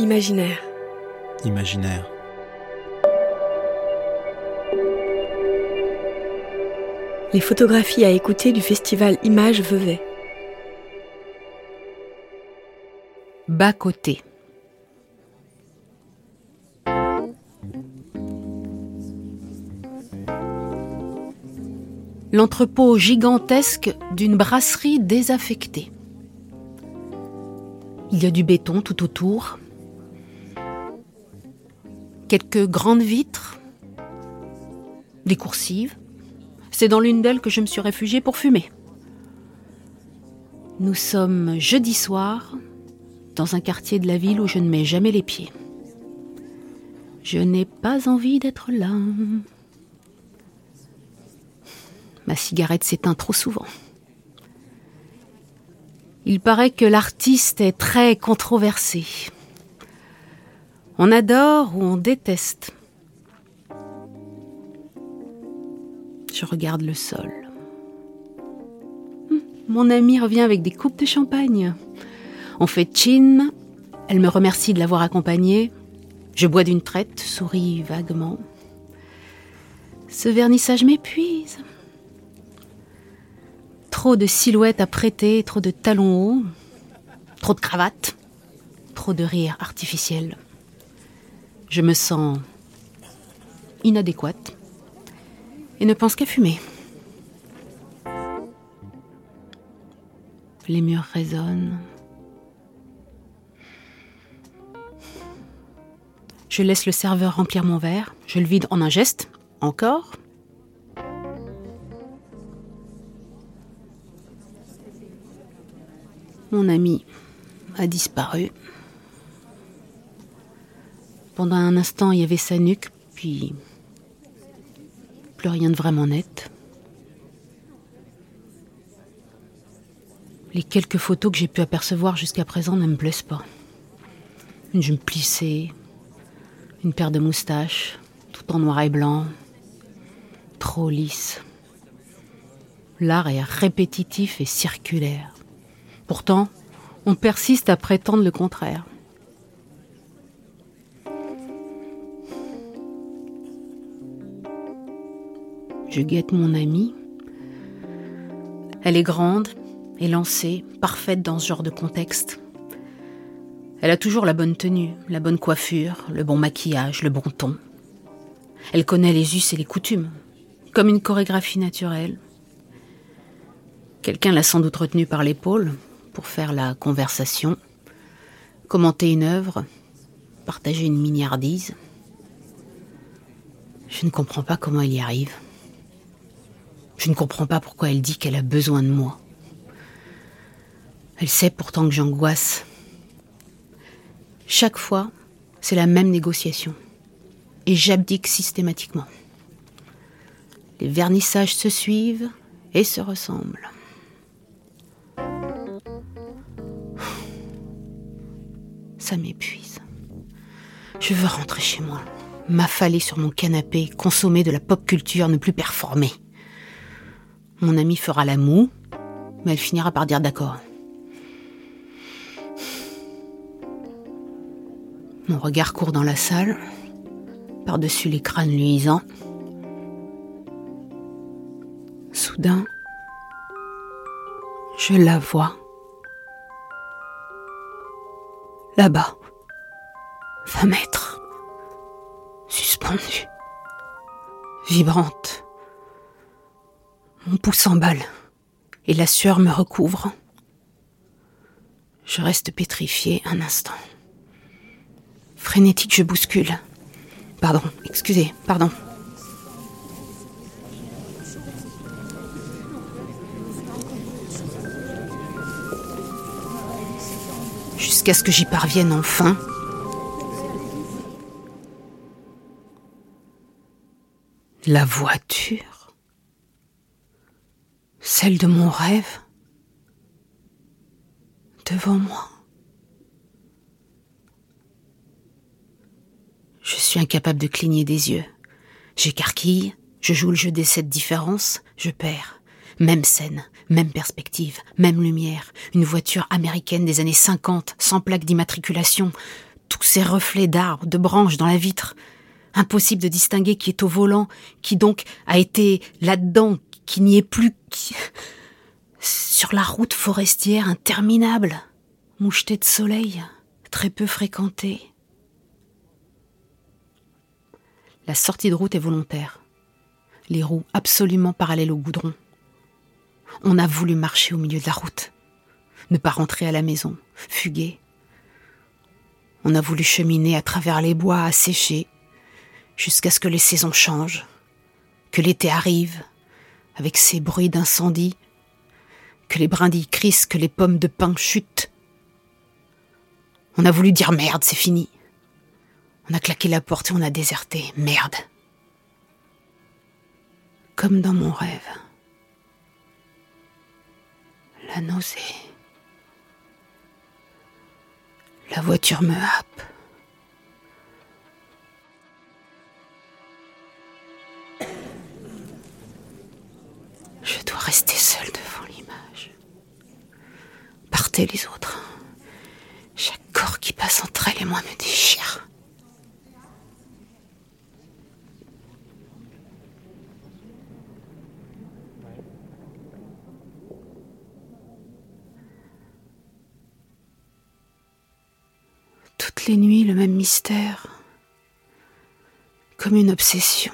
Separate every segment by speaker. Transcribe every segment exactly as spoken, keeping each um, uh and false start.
Speaker 1: Imaginaire.
Speaker 2: Imaginaire.
Speaker 1: Les photographies à écouter du festival Images Vevey.
Speaker 3: Bas-côté. L'entrepôt gigantesque d'une brasserie désaffectée. Il y a du béton tout autour, quelques grandes vitres, des coursives. C'est dans l'une d'elles que je me suis réfugiée pour fumer. Nous sommes jeudi soir, dans un quartier de la ville où je ne mets jamais les pieds. Je n'ai pas envie d'être là. Ma cigarette s'éteint trop souvent. Il paraît que l'artiste est très controversé. On adore ou on déteste. Je regarde le sol. Mon amie revient avec des coupes de champagne. On fait chin. Elle me remercie de l'avoir accompagnée. Je bois d'une traite, souris vaguement. Ce vernissage m'épuise. Trop de silhouettes à prêter, trop de talons hauts, trop de cravates, trop de rires artificiels. Je me sens inadéquate et ne pense qu'à fumer. Les murs résonnent. Je laisse le serveur remplir mon verre. Je le vide en un geste. Encore. Mon ami a disparu. Pendant un instant, il y avait sa nuque, puis plus rien de vraiment net. Les quelques photos que j'ai pu apercevoir jusqu'à présent ne me plaisent pas. Une jupe plissée, une paire de moustaches, tout en noir et blanc, trop lisse. L'art est répétitif et circulaire. Pourtant, on persiste à prétendre le contraire. Je guette mon amie. Elle est grande, élancée, parfaite dans ce genre de contexte. Elle a toujours la bonne tenue, la bonne coiffure, le bon maquillage, le bon ton. Elle connaît les us et les coutumes, comme une chorégraphie naturelle. Quelqu'un l'a sans doute retenue par l'épaule pour faire la conversation, commenter une œuvre, partager une mignardise. Je ne comprends pas comment elle y arrive. Je ne comprends pas pourquoi elle dit qu'elle a besoin de moi. Elle sait pourtant que j'angoisse. Chaque fois, c'est la même négociation. Et j'abdique systématiquement. Les vernissages se suivent et se ressemblent. Ça m'épuise. Je veux rentrer chez moi, m'affaler sur mon canapé, consommer de la pop culture, ne plus performer. Mon amie fera la moue, mais elle finira par dire d'accord. Mon regard court dans la salle, par-dessus les crânes luisants. Soudain, je la vois. Là-bas, vingt mètres, suspendue, vibrante. Mon pouls s'emballe et la sueur me recouvre. Je reste pétrifiée un instant. Frénétique, je bouscule. Pardon, excusez, pardon. Jusqu'à ce que j'y parvienne enfin. La voiture, celle de mon rêve, devant moi. Je suis incapable de cligner des yeux. J'écarquille, je joue le jeu des sept différences, je perds. Même scène, même perspective, même lumière. Une voiture américaine des années cinquante, sans plaque d'immatriculation. tous ces reflets d'arbres, de branches dans la vitre. Impossible de distinguer qui est au volant, qui donc a été là-dedans, qui n'y est plus. Qui... Sur la route forestière interminable, mouchetée de soleil, très peu fréquentée. La sortie de route est volontaire. Les roues absolument parallèles au goudron. On a voulu marcher au milieu de la route, ne pas rentrer à la maison, fuguer. On a voulu cheminer à travers les bois asséchés, jusqu'à ce que les saisons changent, que l'été arrive, avec ses bruits d'incendie, que les brindilles crissent, que les pommes de pin chutent. On a voulu dire merde, c'est fini. On a claqué la porte et on a déserté, merde. Comme dans mon rêve. La nausée. La voiture me happe. Je dois rester seule devant l'image. Partez les autres. Chaque corps qui passe entre elles et moi me déchire. Toutes les nuits, le même mystère. Comme une obsession.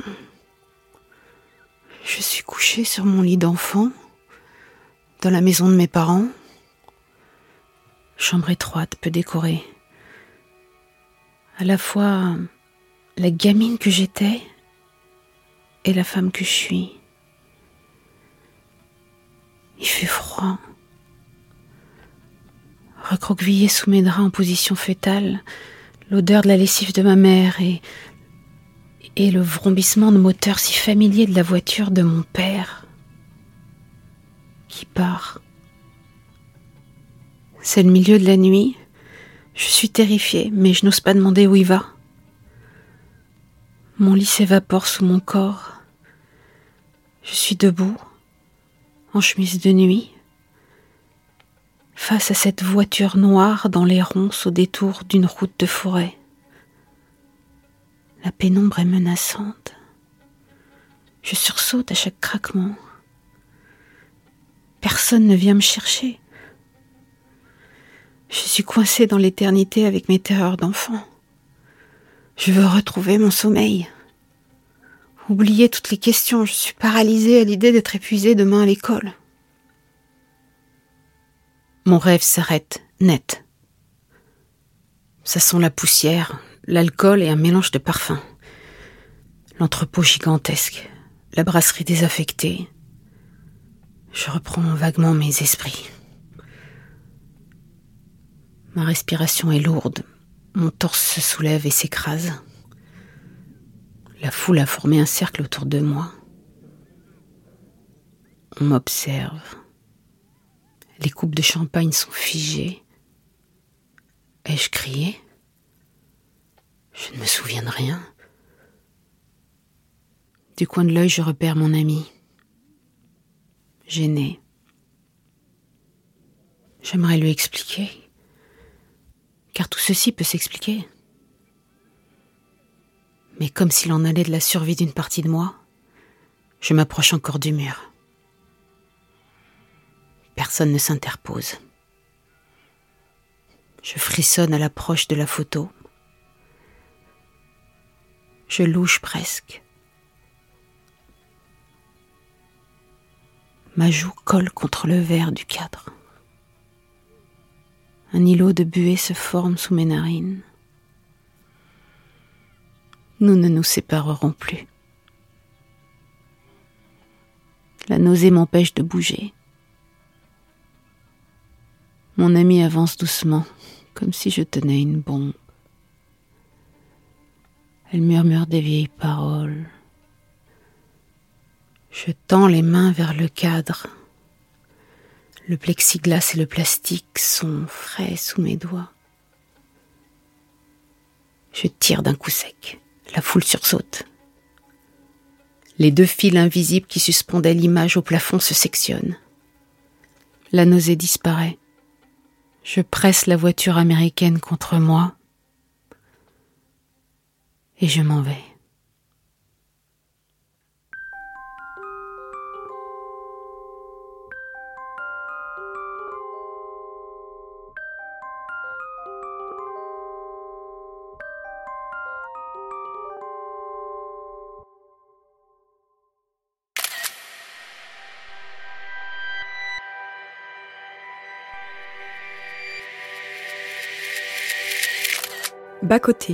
Speaker 3: Je suis couchée sur mon lit d'enfant, dans la maison de mes parents. Chambre étroite, peu décorée. À la fois la gamine que j'étais et la femme que je suis. Il fait froid. Recroquevillée sous mes draps en position fœtale, l'odeur de la lessive de ma mère et, et le vrombissement de moteur si familier de la voiture de mon père qui part. C'est le milieu de la nuit. Je suis terrifiée, mais je n'ose pas demander où il va. Mon lit s'évapore sous mon corps. Je suis debout, en chemise de nuit, face à cette voiture noire dans les ronces au détour d'une route de forêt. La pénombre est menaçante. Je sursaute à chaque craquement. Personne ne vient me chercher. Je suis coincée dans l'éternité avec mes terreurs d'enfant. Je veux retrouver mon sommeil. Oublier toutes les questions. Je suis paralysée à l'idée d'être épuisée demain à l'école. Mon rêve s'arrête net. Ça sent la poussière, l'alcool et un mélange de parfums. L'entrepôt gigantesque, la brasserie désaffectée. Je reprends vaguement mes esprits. Ma respiration est lourde, mon torse se soulève et s'écrase. La foule a formé un cercle autour de moi. On m'observe. Les coupes de champagne sont figées. Ai-je crié ? Je ne me souviens de rien. Du coin de l'œil, je repère mon ami. Gêné. J'aimerais lui expliquer. Car tout ceci peut s'expliquer. Mais comme s'il en allait de la survie d'une partie de moi, je m'approche encore du mur. Personne ne s'interpose. Je frissonne à l'approche de la photo. Je louche presque. Ma joue colle contre le verre du cadre. Un îlot de buée se forme sous mes narines. Nous ne nous séparerons plus. La nausée m'empêche de bouger. Mon ami avance doucement, comme si je tenais une bombe. Elle murmure des vieilles paroles. Je tends les mains vers le cadre. Le plexiglas et le plastique sont frais sous mes doigts. Je tire d'un coup sec. La foule sursaute. Les deux fils invisibles qui suspendaient l'image au plafond se sectionnent. La nausée disparaît. Je presse la voiture américaine contre moi. Et je m'en vais.
Speaker 1: Bas-côté.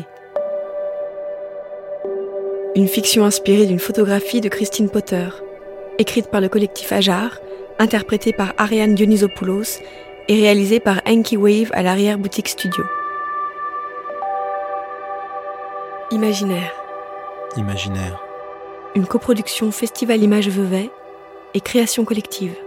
Speaker 1: Une fiction inspirée d'une photographie de Christine Potter, écrite par le collectif Ajar, interprétée par Ariane Dionysopoulos et réalisée par Enki Wave à l'arrière-boutique studio. Imaginaire.
Speaker 2: Imaginaire.
Speaker 1: Une coproduction Festival Images Vevey et création collective.